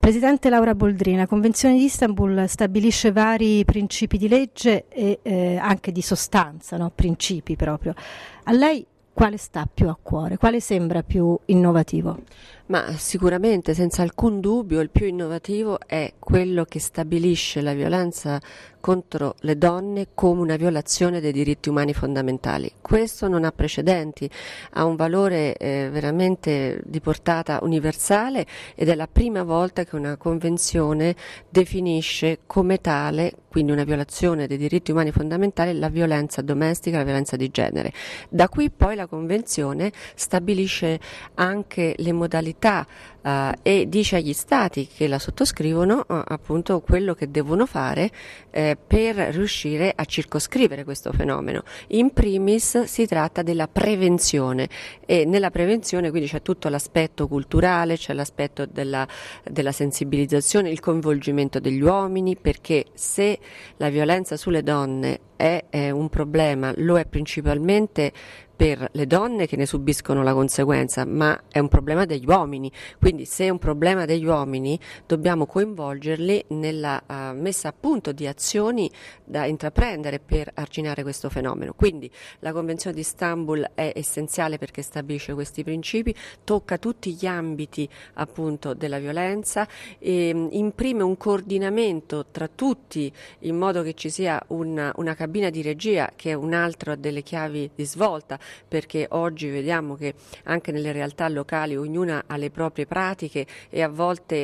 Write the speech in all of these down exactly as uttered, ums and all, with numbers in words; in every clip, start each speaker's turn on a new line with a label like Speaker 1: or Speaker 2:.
Speaker 1: Presidente Laura Boldrini, la Convenzione di Istanbul stabilisce vari principi di legge e eh, anche di sostanza, no? Principi proprio. A lei quale sta più a cuore? Quale sembra più innovativo?
Speaker 2: Ma sicuramente, senza alcun dubbio, il più innovativo è quello che stabilisce la violenza contro le donne come una violazione dei diritti umani fondamentali. Questo non ha precedenti, ha un valore eh, veramente di portata universale ed è la prima volta che una convenzione definisce come tale, quindi una violazione dei diritti umani fondamentali, la violenza domestica, la violenza di genere. Da qui poi la convenzione stabilisce anche le modalità Uh, e dice agli stati che la sottoscrivono uh, appunto quello che devono fare eh, per riuscire a circoscrivere questo fenomeno. In primis si tratta della prevenzione e nella prevenzione quindi c'è tutto l'aspetto culturale, c'è l'aspetto della, della sensibilizzazione, il coinvolgimento degli uomini, perché se la violenza sulle donne è, è un problema, lo è principalmente per le donne che ne subiscono la conseguenza, ma è un problema degli uomini, quindi se è un problema degli uomini dobbiamo coinvolgerli nella uh, messa a punto di azioni da intraprendere per arginare questo fenomeno. Quindi la Convenzione di Istanbul è essenziale perché stabilisce questi principi, tocca tutti gli ambiti appunto della violenza, e imprime un coordinamento tra tutti in modo che ci sia una, una cabina di regia che è un'altra delle chiavi di svolta, perché oggi vediamo che anche nelle realtà locali ognuna ha le proprie pratiche e a volte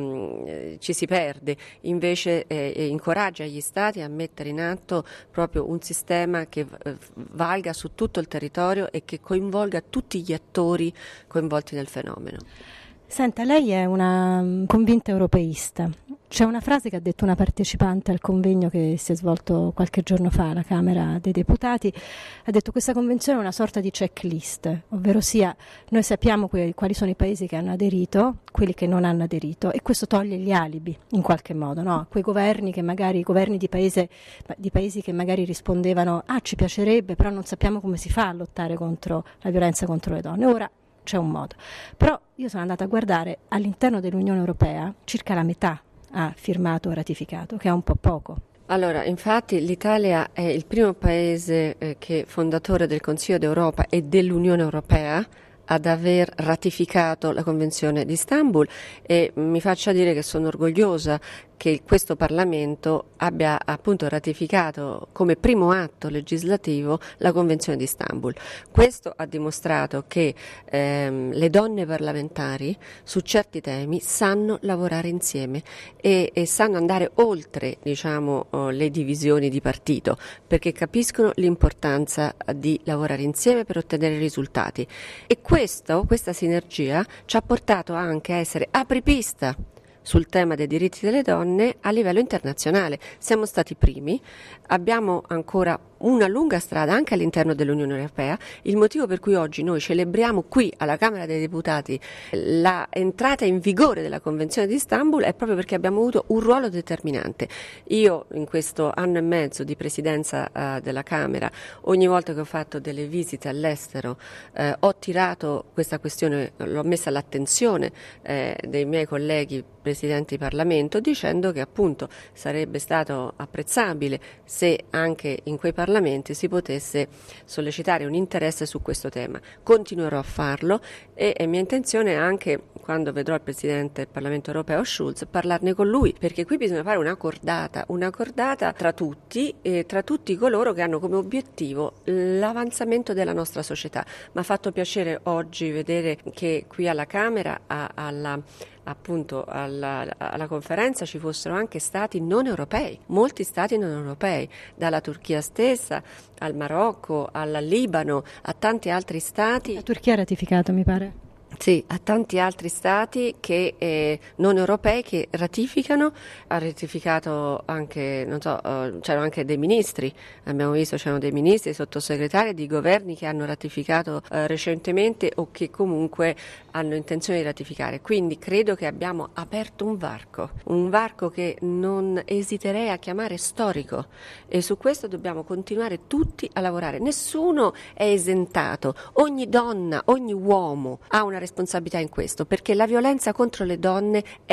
Speaker 2: ehm, ci si perde, invece eh, incoraggia gli Stati a mettere in atto proprio un sistema che eh, valga su tutto il territorio e che coinvolga tutti gli attori coinvolti nel fenomeno.
Speaker 1: Senta, lei è una convinta europeista. C'è una frase che ha detto una partecipante al convegno che si è svolto qualche giorno fa alla Camera dei Deputati, ha detto che questa convenzione è una sorta di checklist, ovvero sia noi sappiamo que- quali sono i paesi che hanno aderito, quelli che non hanno aderito, e questo toglie gli alibi in qualche modo, no? Quei governi che magari, governi di, paese, di paesi che magari rispondevano ah ci piacerebbe però non sappiamo come si fa a lottare contro la violenza contro le donne. Ora c'è un modo, però io sono andata a guardare all'interno dell'Unione Europea circa la metà ha firmato o ratificato, che è un po' poco.
Speaker 2: Allora, infatti l'Italia è il primo paese eh, che fondatore del Consiglio d'Europa e dell'Unione Europea ad aver ratificato la Convenzione di Istanbul e mi faccia dire che sono orgogliosa che questo Parlamento abbia appunto ratificato come primo atto legislativo la Convenzione di Istanbul. Questo ha dimostrato che ehm, le donne parlamentari su certi temi sanno lavorare insieme e, e sanno andare oltre, diciamo, oh, le divisioni di partito, perché capiscono l'importanza di lavorare insieme per ottenere risultati. E questo, questa sinergia ci ha portato anche a essere apripista sul tema dei diritti delle donne a livello internazionale. Siamo stati primi, abbiamo ancora una lunga strada anche all'interno dell'Unione Europea, il motivo per cui oggi noi celebriamo qui alla Camera dei Deputati la entrata in vigore della Convenzione di Istanbul è proprio perché abbiamo avuto un ruolo determinante. Io in questo anno e mezzo di presidenza uh, della Camera, ogni volta che ho fatto delle visite all'estero, uh, ho tirato questa questione, l'ho messa all'attenzione eh, dei miei colleghi presidenti di Parlamento, dicendo che appunto sarebbe stato apprezzabile se anche in quei parlamenti si potesse sollecitare un interesse su questo tema. Continuerò a farlo e è mia intenzione anche, quando vedrò il Presidente del Parlamento Europeo Schulz, parlarne con lui, perché qui bisogna fare una cordata, una cordata tra tutti e tra tutti coloro che hanno come obiettivo l'avanzamento della nostra società. Mi ha fatto piacere oggi vedere che qui alla Camera, a, alla appunto alla, alla conferenza ci fossero anche stati non europei, molti stati non europei, dalla Turchia stessa al Marocco, al Libano, a tanti altri stati.
Speaker 1: La Turchia ha ratificato, mi pare.
Speaker 2: Sì, a tanti altri stati che eh, non europei che ratificano, ha ratificato anche, non so, uh, c'erano anche dei ministri, abbiamo visto c'erano dei ministri, sottosegretari di governi che hanno ratificato uh, recentemente o che comunque hanno intenzione di ratificare, quindi credo che abbiamo aperto un varco, un varco che non esiterei a chiamare storico e su questo dobbiamo continuare tutti a lavorare, nessuno è esentato, ogni donna, ogni uomo ha una responsabilità in questo, perché la violenza contro le donne è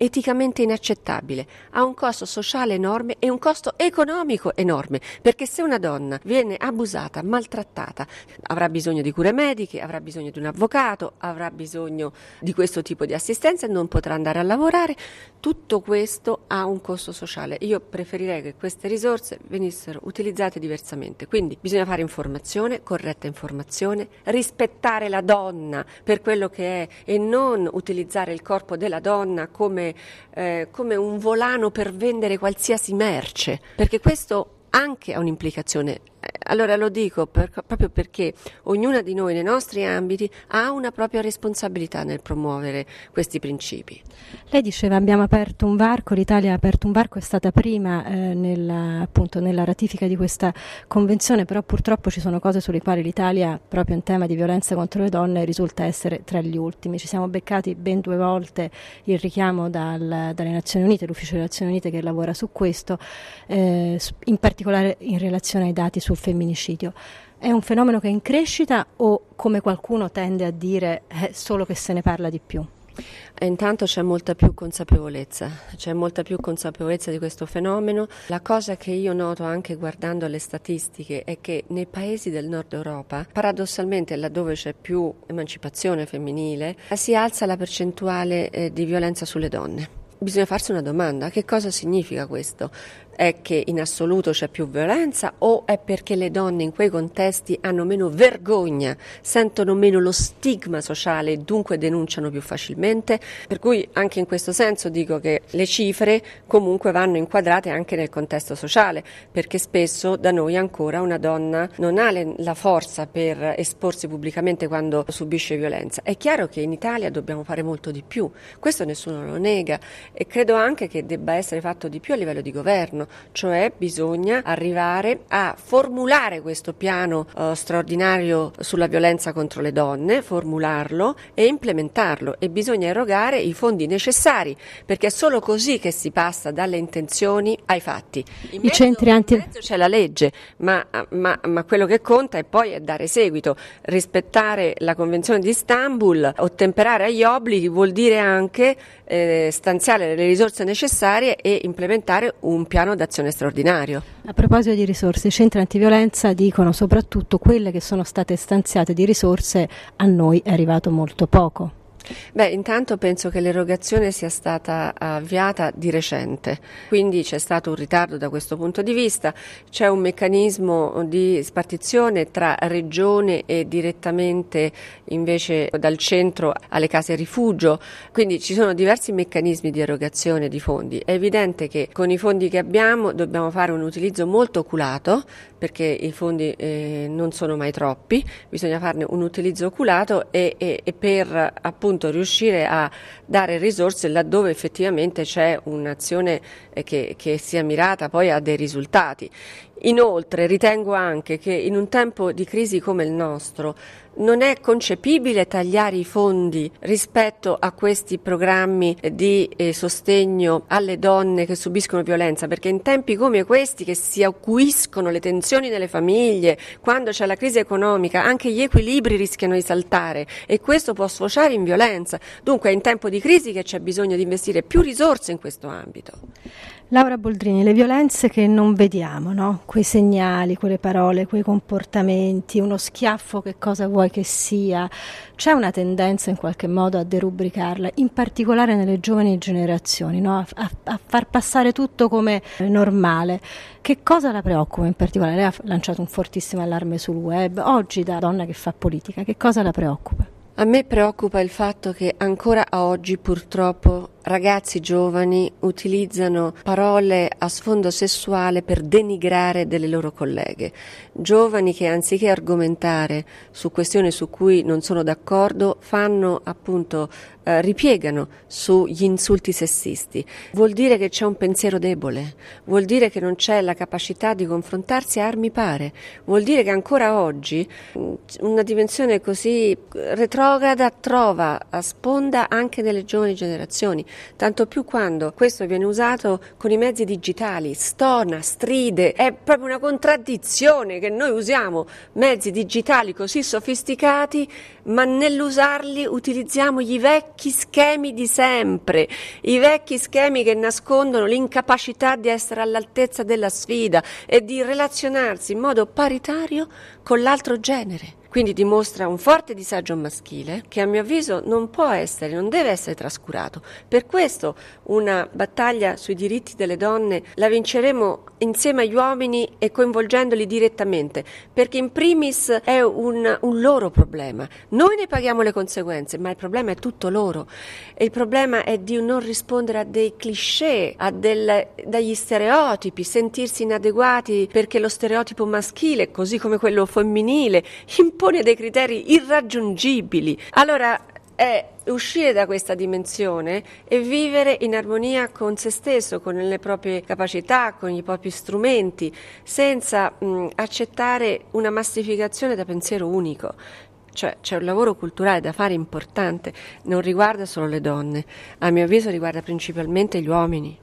Speaker 2: eticamente inaccettabile, ha un costo sociale enorme e un costo economico enorme, perché se una donna viene abusata, maltrattata, avrà bisogno di cure mediche, avrà bisogno di un avvocato, avrà bisogno di questo tipo di assistenza e non potrà andare a lavorare. Tutto questo ha un costo sociale. Io preferirei che queste risorse venissero utilizzate diversamente, quindi bisogna fare informazione, corretta informazione, rispettare la donna per quello che è e non utilizzare il corpo della donna come, eh, come un volano per vendere qualsiasi merce, perché questo anche ha un'implicazione. Allora lo dico per, proprio perché ognuna di noi nei nostri ambiti ha una propria responsabilità nel promuovere questi principi.
Speaker 1: Lei diceva abbiamo aperto un varco, l'Italia ha aperto un varco, è stata prima eh, nella, appunto, nella ratifica di questa convenzione, però purtroppo ci sono cose sulle quali l'Italia proprio in tema di violenza contro le donne risulta essere tra gli ultimi. Ci siamo beccati ben due volte il richiamo dal, dalle Nazioni Unite, l'Ufficio delle Nazioni Unite che lavora su questo, eh, in particolare in relazione ai dati sul femminicidio. È un fenomeno che è in crescita o, come qualcuno tende a dire, è solo che se ne parla di più?
Speaker 2: E intanto c'è molta più consapevolezza, c'è molta più consapevolezza di questo fenomeno. La cosa che io noto anche guardando le statistiche è che nei paesi del nord Europa, paradossalmente laddove c'è più emancipazione femminile, si alza la percentuale eh, di violenza sulle donne. Bisogna farsi una domanda: che cosa significa questo? È che in assoluto c'è più violenza o è perché le donne in quei contesti hanno meno vergogna, sentono meno lo stigma sociale e dunque denunciano più facilmente? Per cui anche in questo senso dico che le cifre comunque vanno inquadrate anche nel contesto sociale, perché spesso da noi ancora una donna non ha le, la forza per esporsi pubblicamente quando subisce violenza. È chiaro che in Italia dobbiamo fare molto di più, questo nessuno lo nega, e credo anche che debba essere fatto di più a livello di governo, cioè bisogna arrivare a formulare questo piano uh, straordinario sulla violenza contro le donne, formularlo e implementarlo, e bisogna erogare i fondi necessari, perché è solo così che si passa dalle intenzioni ai fatti. In
Speaker 1: I
Speaker 2: mezzo,
Speaker 1: centri anti...
Speaker 2: in mezzo c'è la legge, ma, ma, ma quello che conta è poi è dare seguito, rispettare la Convenzione di Istanbul, ottemperare agli obblighi vuol dire anche eh, stanziare le risorse necessarie e implementare un piano d'azione straordinario.
Speaker 1: A proposito di risorse, i centri antiviolenza dicono soprattutto quelle che sono state stanziate di risorse a noi è arrivato molto poco.
Speaker 2: Beh, intanto penso che l'erogazione sia stata avviata di recente, quindi c'è stato un ritardo da questo punto di vista. C'è un meccanismo di spartizione tra regione e direttamente invece dal centro alle case rifugio, quindi ci sono diversi meccanismi di erogazione di fondi. È evidente che con i fondi che abbiamo dobbiamo fare un utilizzo molto oculato, perché i fondi eh, non sono mai troppi, bisogna farne un utilizzo oculato e, e, e per appunto riuscire a dare risorse laddove effettivamente c'è un'azione eh, che, che sia mirata poi a dei risultati. Inoltre ritengo anche che in un tempo di crisi come il nostro non è concepibile tagliare i fondi rispetto a questi programmi di eh, sostegno alle donne che subiscono violenza, perché in tempi come questi, che si acuiscono le tensioni nelle famiglie, quando c'è la crisi economica, anche gli equilibri rischiano di saltare e questo può sfociare in violenza. Dunque è in tempo di crisi che c'è bisogno di investire più risorse in questo ambito.
Speaker 1: Laura Boldrini, le violenze che non vediamo, no? Quei segnali, quelle parole, quei comportamenti, uno schiaffo che cosa vuoi che sia, c'è una tendenza in qualche modo a derubricarla, in particolare nelle giovani generazioni, no? a, a, a far passare tutto come normale. Che cosa la preoccupa in particolare? Lei ha lanciato un fortissimo allarme sul web, oggi da donna che fa politica, che cosa la preoccupa?
Speaker 2: A me preoccupa il fatto che ancora oggi purtroppo ragazzi giovani utilizzano parole a sfondo sessuale per denigrare delle loro colleghe, giovani che anziché argomentare su questioni su cui non sono d'accordo fanno appunto eh, ripiegano sugli insulti sessisti. Vuol dire che c'è un pensiero debole, vuol dire che non c'è la capacità di confrontarsi a armi pare, vuol dire che ancora oggi una dimensione così retrograda trova a sponda anche nelle giovani generazioni. tanto più quando questo viene usato con i mezzi digitali, stona, stride, è proprio una contraddizione che noi usiamo mezzi digitali così sofisticati, ma nell'usarli utilizziamo i vecchi schemi di sempre, i vecchi schemi che nascondono l'incapacità di essere all'altezza della sfida e di relazionarsi in modo paritario con l'altro genere. Quindi dimostra un forte disagio maschile che a mio avviso non può essere, non deve essere trascurato. Per questo una battaglia sui diritti delle donne la vinceremo insieme agli uomini e coinvolgendoli direttamente, perché in primis è un, un loro problema. Noi ne paghiamo le conseguenze, ma il problema è tutto loro. E il problema è di non rispondere a dei cliché, a del, dagli stereotipi, sentirsi inadeguati perché lo stereotipo maschile, così come quello femminile, impone dei criteri irraggiungibili. Allora è uscire da questa dimensione e vivere in armonia con se stesso, con le proprie capacità, con i propri strumenti, senza mh, accettare una massificazione da pensiero unico. Cioè c'è un lavoro culturale da fare importante, non riguarda solo le donne, a mio avviso riguarda principalmente gli uomini.